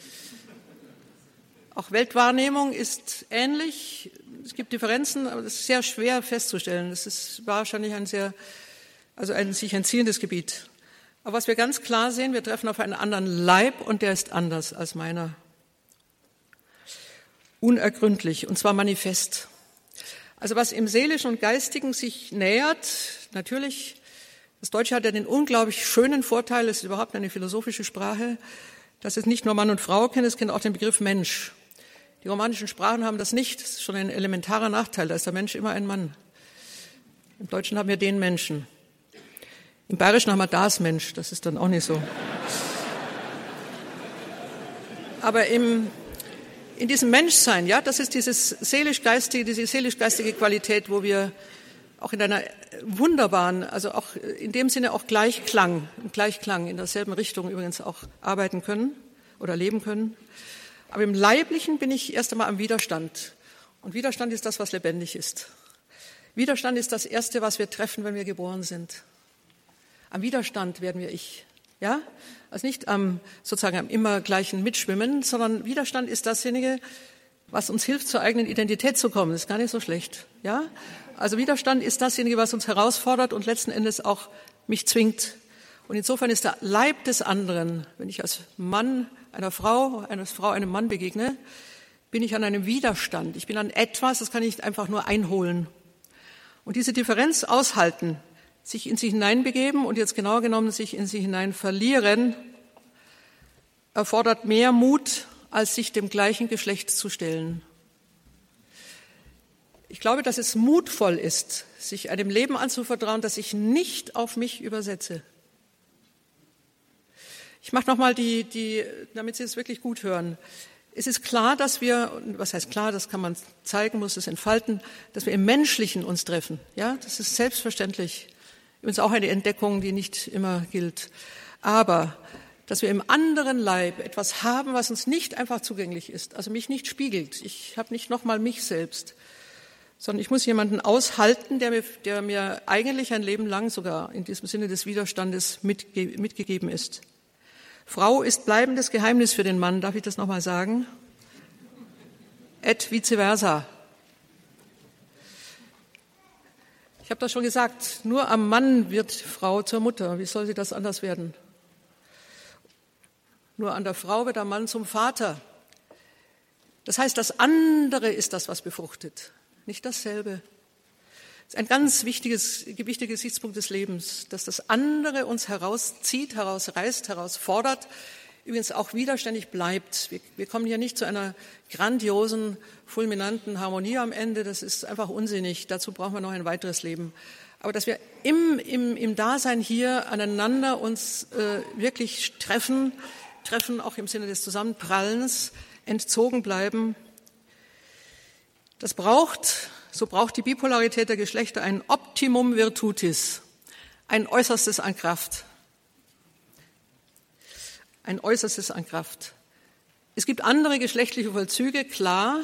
Auch Weltwahrnehmung ist ähnlich. Es gibt Differenzen, aber das ist sehr schwer festzustellen. Das ist wahrscheinlich ein sich entziehendes Gebiet. Aber was wir ganz klar sehen, wir treffen auf einen anderen Leib, und der ist anders als meiner. Unergründlich, und zwar manifest. Also was im Seelischen und Geistigen sich nähert, natürlich, das Deutsche hat ja den unglaublich schönen Vorteil, es ist überhaupt eine philosophische Sprache, dass es nicht nur Mann und Frau kennt, es kennt auch den Begriff Mensch. Die romanischen Sprachen haben das nicht, das ist schon ein elementarer Nachteil, da ist der Mensch immer ein Mann. Im Deutschen haben wir den Menschen. Im Bayerischen haben wir das Mensch, das ist dann auch nicht so. Aber in diesem Menschsein, ja, das ist diese seelisch-geistige Qualität, wo wir auch in einer wunderbaren, also auch in dem Sinne auch Gleichklang in derselben Richtung übrigens auch arbeiten können oder leben können. Aber im Leiblichen bin ich erst einmal am Widerstand. Und Widerstand ist das, was lebendig ist. Widerstand ist das Erste, was wir treffen, wenn wir geboren sind. Am Widerstand werden wir ich. Ja? Also nicht sozusagen am immer gleichen Mitschwimmen, sondern Widerstand ist dasjenige, was uns hilft, zur eigenen Identität zu kommen. Das ist gar nicht so schlecht. Ja? Also Widerstand ist dasjenige, was uns herausfordert und letzten Endes auch mich zwingt. Und insofern ist der Leib des anderen, wenn ich als Mann einer Frau einem Mann begegne, bin ich an einem Widerstand. Ich bin an etwas, das kann ich nicht einfach nur einholen. Und diese Differenz aushalten, sich in sie hineinbegeben und jetzt genauer genommen sich in sie hinein verlieren, erfordert mehr Mut, als sich dem gleichen Geschlecht zu stellen. Ich glaube, dass es mutvoll ist, sich einem Leben anzuvertrauen, das ich nicht auf mich übersetze. Ich mache nochmal damit Sie es wirklich gut hören. Es ist klar, dass wir, was heißt klar, das kann man zeigen, muss es entfalten, dass wir im Menschlichen uns treffen. Ja, das ist selbstverständlich. Übrigens auch eine Entdeckung, die nicht immer gilt. Aber, dass wir im anderen Leib etwas haben, was uns nicht einfach zugänglich ist, also mich nicht spiegelt. Ich habe nicht nochmal mich selbst, sondern ich muss jemanden aushalten, der mir eigentlich ein Leben lang sogar in diesem Sinne des Widerstandes mitgegeben ist. Frau ist bleibendes Geheimnis für den Mann, darf ich das nochmal sagen? Et vice versa. Ich habe das schon gesagt, nur am Mann wird Frau zur Mutter. Wie soll sie das anders werden? Nur an der Frau wird der Mann zum Vater. Das heißt, das andere ist das, was befruchtet, nicht dasselbe. Das ist ein ganz wichtiger Gesichtspunkt des Lebens, dass das andere uns herauszieht, herausreißt, herausfordert, übrigens auch widerständig bleibt. Wir kommen hier nicht zu einer grandiosen, fulminanten Harmonie am Ende, das ist einfach unsinnig, dazu brauchen wir noch ein weiteres Leben. Aber dass wir im Dasein hier aneinander uns wirklich treffen auch im Sinne des Zusammenprallens, entzogen bleiben, so braucht die Bipolarität der Geschlechter ein Optimum Virtutis, ein Äußerstes an Kraft. Ein Äußerstes an Kraft. Es gibt andere geschlechtliche Vollzüge, klar,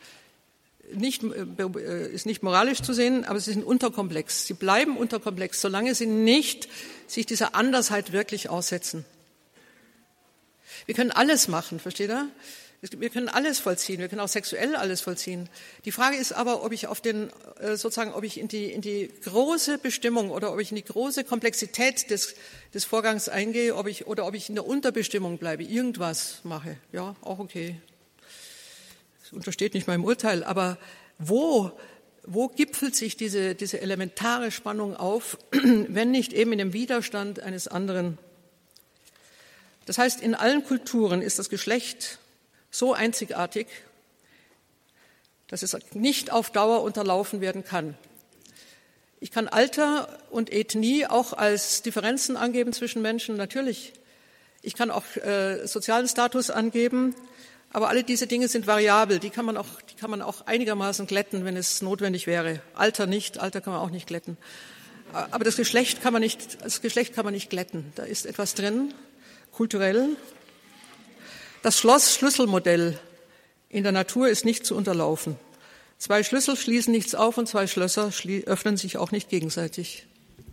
ist nicht moralisch zu sehen, aber sie sind unterkomplex. Sie bleiben unterkomplex, solange sie nicht sich dieser Andersheit wirklich aussetzen. Wir können alles machen, versteht ihr? Wir können alles vollziehen, wir können auch sexuell alles vollziehen. Die Frage ist aber, ob ich ob ich in die große Bestimmung oder ob ich in die große Komplexität des Vorgangs eingehe, ob ich in der Unterbestimmung bleibe, irgendwas mache. Ja, auch okay. Das untersteht nicht meinem Urteil, aber wo gipfelt sich diese elementare Spannung auf, wenn nicht eben in dem Widerstand eines anderen? Das heißt, in allen Kulturen ist das Geschlecht so einzigartig, dass es nicht auf Dauer unterlaufen werden kann. Ich kann Alter und Ethnie auch als Differenzen angeben zwischen Menschen, natürlich. Ich kann auch sozialen Status angeben, aber alle diese Dinge sind variabel. Die kann man auch einigermaßen glätten, wenn es notwendig wäre. Alter nicht, Alter kann man auch nicht glätten. Aber das Geschlecht kann man nicht glätten. Da ist etwas drin, kulturell. Das Schloss-Schlüssel-Modell in der Natur ist nicht zu unterlaufen. 2 Schlüssel schließen nichts auf und 2 Schlösser öffnen sich auch nicht gegenseitig.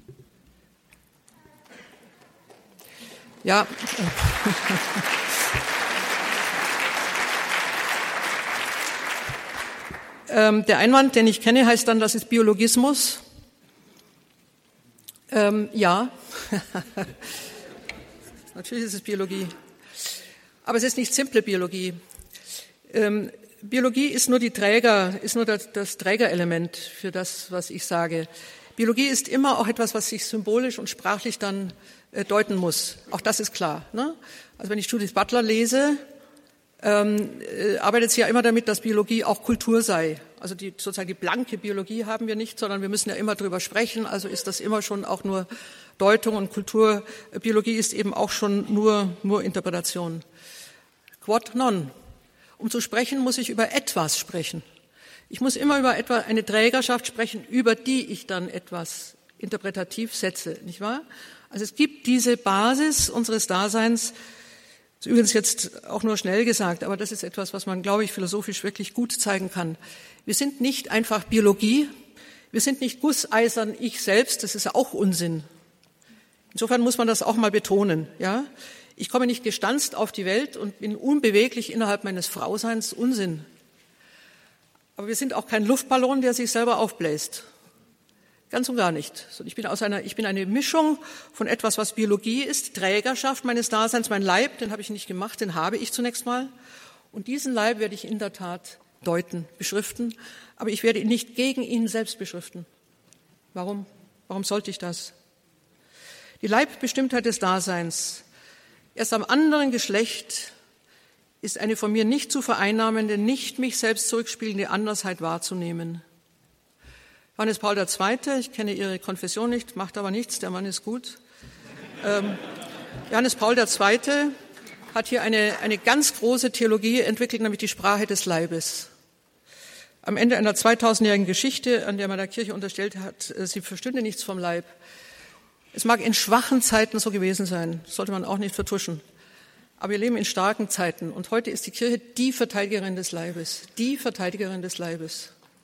Ja. Der Einwand, den ich kenne, heißt dann, das ist Biologismus. Ja. Natürlich ist es Biologie. Aber es ist nicht simple Biologie. Biologie ist nur das Trägerelement für das, was ich sage. Biologie ist immer auch etwas, was sich symbolisch und sprachlich dann deuten muss. Auch das ist klar. Ne? Also wenn ich Judith Butler lese, arbeitet sie ja immer damit, dass Biologie auch Kultur sei. Also sozusagen die blanke Biologie haben wir nicht, sondern wir müssen ja immer drüber sprechen. Also ist das immer schon auch nur Deutung und Kultur. Biologie ist eben auch schon nur Interpretation. Quod non. Um zu sprechen, muss ich über etwas sprechen. Ich muss immer über eine Trägerschaft sprechen, über die ich dann etwas interpretativ setze, nicht wahr? Also es gibt diese Basis unseres Daseins. Das ist übrigens jetzt auch nur schnell gesagt, aber das ist etwas, was man, glaube ich, philosophisch wirklich gut zeigen kann. Wir sind nicht einfach Biologie. Wir sind nicht gusseisern ich selbst. Das ist ja auch Unsinn. Insofern muss man das auch mal betonen, ja? Ich komme nicht gestanzt auf die Welt und bin unbeweglich innerhalb meines Frauseins, Unsinn. Aber wir sind auch kein Luftballon, der sich selber aufbläst. Ganz und gar nicht. Ich bin eine Mischung von etwas, was Biologie ist, Trägerschaft meines Daseins, mein Leib, den habe ich nicht gemacht, den habe ich zunächst mal. Und diesen Leib werde ich in der Tat deuten, beschriften, aber ich werde ihn nicht gegen ihn selbst beschriften. Warum? Warum sollte ich das? Die Leibbestimmtheit des Daseins. Erst am anderen Geschlecht ist eine von mir nicht zu vereinnahmende, nicht mich selbst zurückspiegelnde Andersheit wahrzunehmen. Johannes Paul II., ich kenne Ihre Konfession nicht, macht aber nichts, der Mann ist gut. Johannes Paul II. Hat hier eine ganz große Theologie entwickelt, nämlich die Sprache des Leibes. Am Ende einer 2000-jährigen Geschichte, an der man der Kirche unterstellt hat, sie verstünde nichts vom Leib. Es mag in schwachen Zeiten so gewesen sein, das sollte man auch nicht vertuschen. Aber wir leben in starken Zeiten und heute ist die Kirche die Verteidigerin des Leibes, die Verteidigerin des Leibes.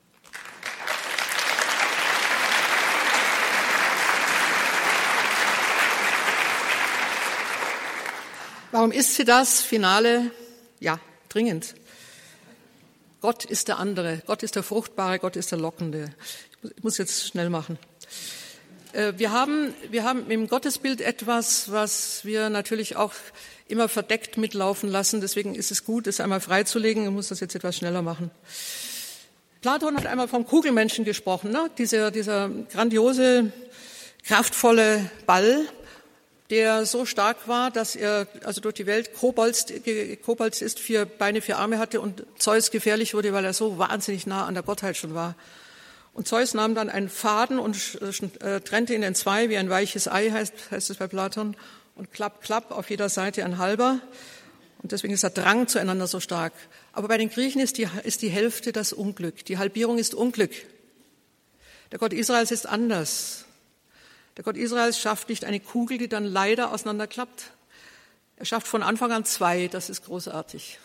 Warum ist sie das? Finale, ja, dringend. Gott ist der andere, Gott ist der Fruchtbare, Gott ist der Lockende. Ich muss jetzt schnell machen. Wir haben im Gottesbild etwas, was wir natürlich auch immer verdeckt mitlaufen lassen. Deswegen ist es gut, es einmal freizulegen. Ich muss das jetzt etwas schneller machen. Platon hat einmal vom Kugelmenschen gesprochen, ne? Dieser grandiose, kraftvolle Ball, der so stark war, dass er also durch die Welt gekobolzt ist, 4 Beine, 4 Arme hatte und Zeus gefährlich wurde, weil er so wahnsinnig nah an der Gottheit schon war. Und Zeus nahm dann einen Faden und trennte ihn in 2, wie ein weiches Ei, heißt es bei Platon, und klapp, klapp, auf jeder Seite ein halber. Und deswegen ist der Drang zueinander so stark. Aber bei den Griechen ist die Hälfte das Unglück. Die Halbierung ist Unglück. Der Gott Israels ist anders. Der Gott Israels schafft nicht eine Kugel, die dann leider auseinanderklappt. Er schafft von Anfang an 2, das ist großartig.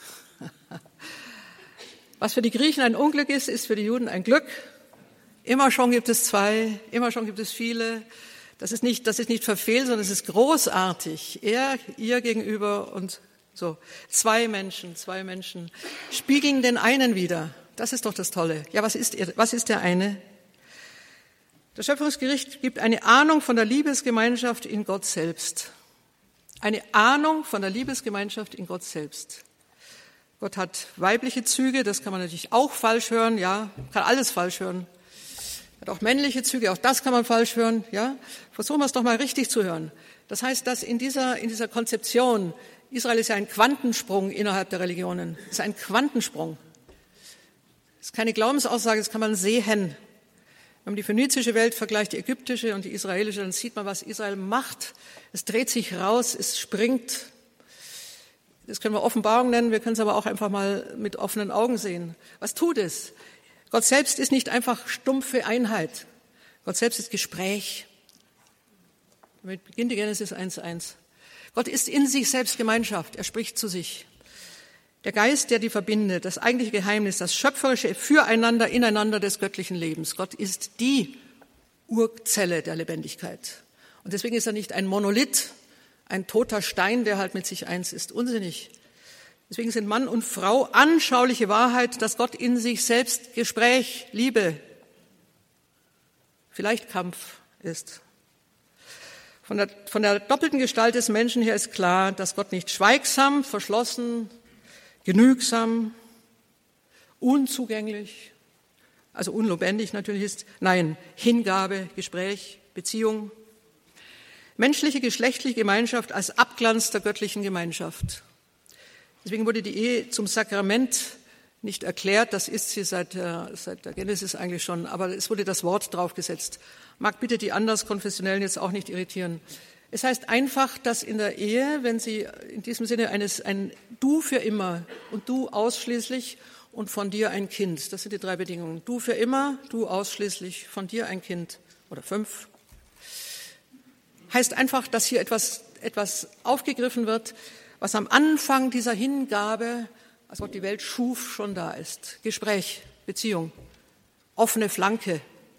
Was für die Griechen ein Unglück ist, ist für die Juden ein Glück. Immer schon gibt es 2, immer schon gibt es viele. Das ist nicht verfehlt, sondern es ist großartig. Er, ihr gegenüber und So, zwei Menschen spiegeln den einen wider. Das ist doch das Tolle. Ja, was ist der eine? Das Schöpfungsgericht gibt eine Ahnung von der Liebesgemeinschaft in Gott selbst. Eine Ahnung von der Liebesgemeinschaft in Gott selbst. Gott hat weibliche Züge, das kann man natürlich auch falsch hören, ja, kann alles falsch hören. Hat auch männliche Züge, auch das kann man falsch hören, ja. Versuchen wir es doch mal richtig zu hören. Das heißt, dass in dieser Konzeption, Israel ist ja ein Quantensprung innerhalb der Religionen. Es ist ein Quantensprung. Es ist keine Glaubensaussage, das kann man sehen. Wenn man die phönizische Welt vergleicht, die ägyptische und die israelische, dann sieht man, was Israel macht. Es dreht sich raus, es springt. Das können wir Offenbarung nennen, wir können es aber auch einfach mal mit offenen Augen sehen. Was tut es? Gott selbst ist nicht einfach stumpfe Einheit. Gott selbst ist Gespräch. Damit beginnt die Genesis 1,1. Gott ist in sich selbst Gemeinschaft, er spricht zu sich. Der Geist, der die verbindet, das eigentliche Geheimnis, das schöpferische Füreinander, ineinander des göttlichen Lebens. Gott ist die Urzelle der Lebendigkeit. Und deswegen ist er nicht ein Monolith, ein toter Stein, der halt mit sich eins ist. Unsinnig. Deswegen sind Mann und Frau anschauliche Wahrheit, dass Gott in sich selbst Gespräch, Liebe, vielleicht Kampf ist. Von der doppelten Gestalt des Menschen her ist klar, dass Gott nicht schweigsam, verschlossen, genügsam, unzugänglich, also unlebendig natürlich ist. Nein, Hingabe, Gespräch, Beziehung. Menschliche, geschlechtliche Gemeinschaft als Abglanz der göttlichen Gemeinschaft. Deswegen wurde die Ehe zum Sakrament nicht erklärt, das ist sie seit der Genesis eigentlich schon, aber es wurde das Wort draufgesetzt. Mag bitte die Anderskonfessionellen jetzt auch nicht irritieren. Es heißt einfach, dass in der Ehe, wenn sie in diesem Sinne ein Du für immer und Du ausschließlich und von dir ein Kind, das sind die drei Bedingungen. Du für immer, Du ausschließlich, von dir ein Kind oder 5. Heißt einfach, dass hier etwas aufgegriffen wird, was am Anfang dieser Hingabe, als Gott die Welt schuf, schon da ist. Gespräch, Beziehung, offene Flanke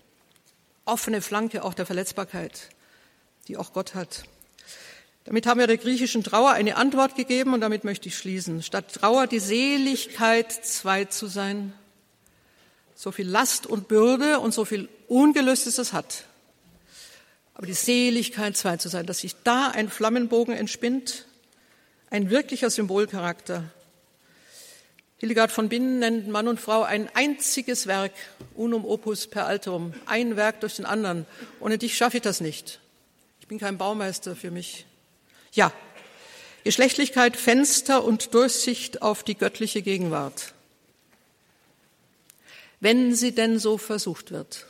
auch der Verletzbarkeit, die auch Gott hat. Damit haben wir der griechischen Trauer eine Antwort gegeben und damit möchte ich schließen. Statt Trauer die Seligkeit, zwei zu sein, so viel Last und Bürde und so viel Ungelöstes es hat. Aber die Seligkeit, zwei zu sein, dass sich da ein Flammenbogen entspinnt, ein wirklicher Symbolcharakter. Hildegard von Bingen nennt Mann und Frau ein einziges Werk, unum opus per alterum, ein Werk durch den anderen. Ohne dich schaffe ich das nicht. Ich bin kein Baumeister für mich. Ja, Geschlechtlichkeit, Fenster und Durchsicht auf die göttliche Gegenwart. Wenn sie denn so versucht wird.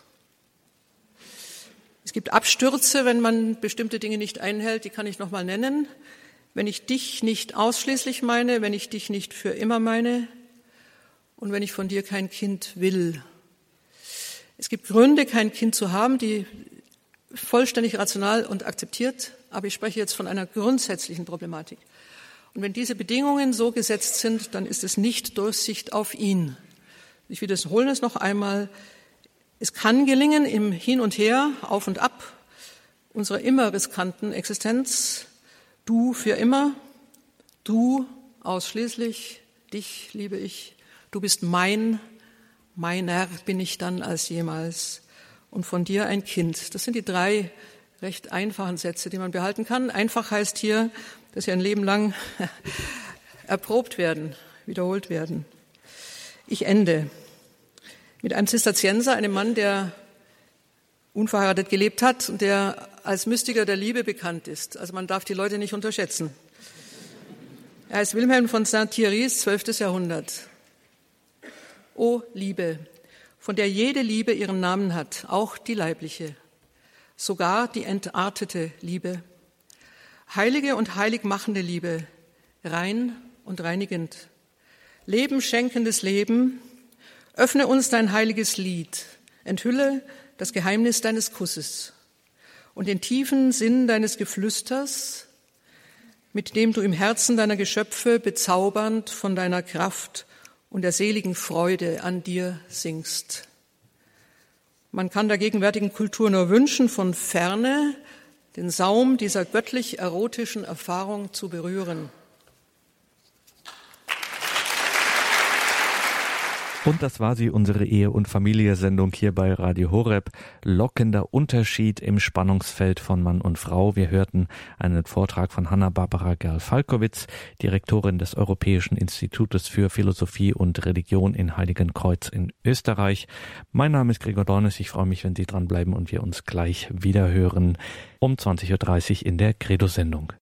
Es gibt Abstürze, wenn man bestimmte Dinge nicht einhält, die kann ich noch mal nennen. Wenn ich dich nicht ausschließlich meine, wenn ich dich nicht für immer meine und wenn ich von dir kein Kind will. Es gibt Gründe, kein Kind zu haben, die vollständig rational und akzeptiert, aber ich spreche jetzt von einer grundsätzlichen Problematik. Und wenn diese Bedingungen so gesetzt sind, dann ist es nicht Durchsicht auf ihn. Ich wiederhole es noch einmal. Es kann gelingen im Hin und Her, auf und ab unserer immer riskanten Existenz, du für immer, du ausschließlich, dich liebe ich, du bist meiner bin ich dann als jemals und von dir ein Kind. Das sind die 3 recht einfachen Sätze, die man behalten kann. Einfach heißt hier, dass sie ein Leben lang erprobt werden, wiederholt werden. Ich ende mit einem Zisterzienser, einem Mann, der unverheiratet gelebt hat und der als Mystiker der Liebe bekannt ist. Also man darf die Leute nicht unterschätzen. Er heißt Wilhelm von Saint-Thierry, 12. Jahrhundert. O Liebe, von der jede Liebe ihren Namen hat, auch die leibliche, sogar die entartete Liebe, heilige und heiligmachende Liebe, rein und reinigend, Leben schenkendes Leben, öffne uns dein heiliges Lied, enthülle das Geheimnis deines Kusses und den tiefen Sinn deines Geflüsters, mit dem du im Herzen deiner Geschöpfe bezaubernd von deiner Kraft und der seligen Freude an dir singst. Man kann der gegenwärtigen Kultur nur wünschen, von Ferne den Saum dieser göttlich-erotischen Erfahrung zu berühren. Und das war sie, unsere Ehe- und Familie-Sendung hier bei Radio Horeb. Lockender Unterschied im Spannungsfeld von Mann und Frau. Wir hörten einen Vortrag von Hanna-Barbara Gerl-Falkowitz, Direktorin des Europäischen Institutes für Philosophie und Religion in Heiligenkreuz in Österreich. Mein Name ist Gregor Dornis. Ich freue mich, wenn Sie dranbleiben und wir uns gleich wieder hören um 20.30 Uhr in der Credo-Sendung.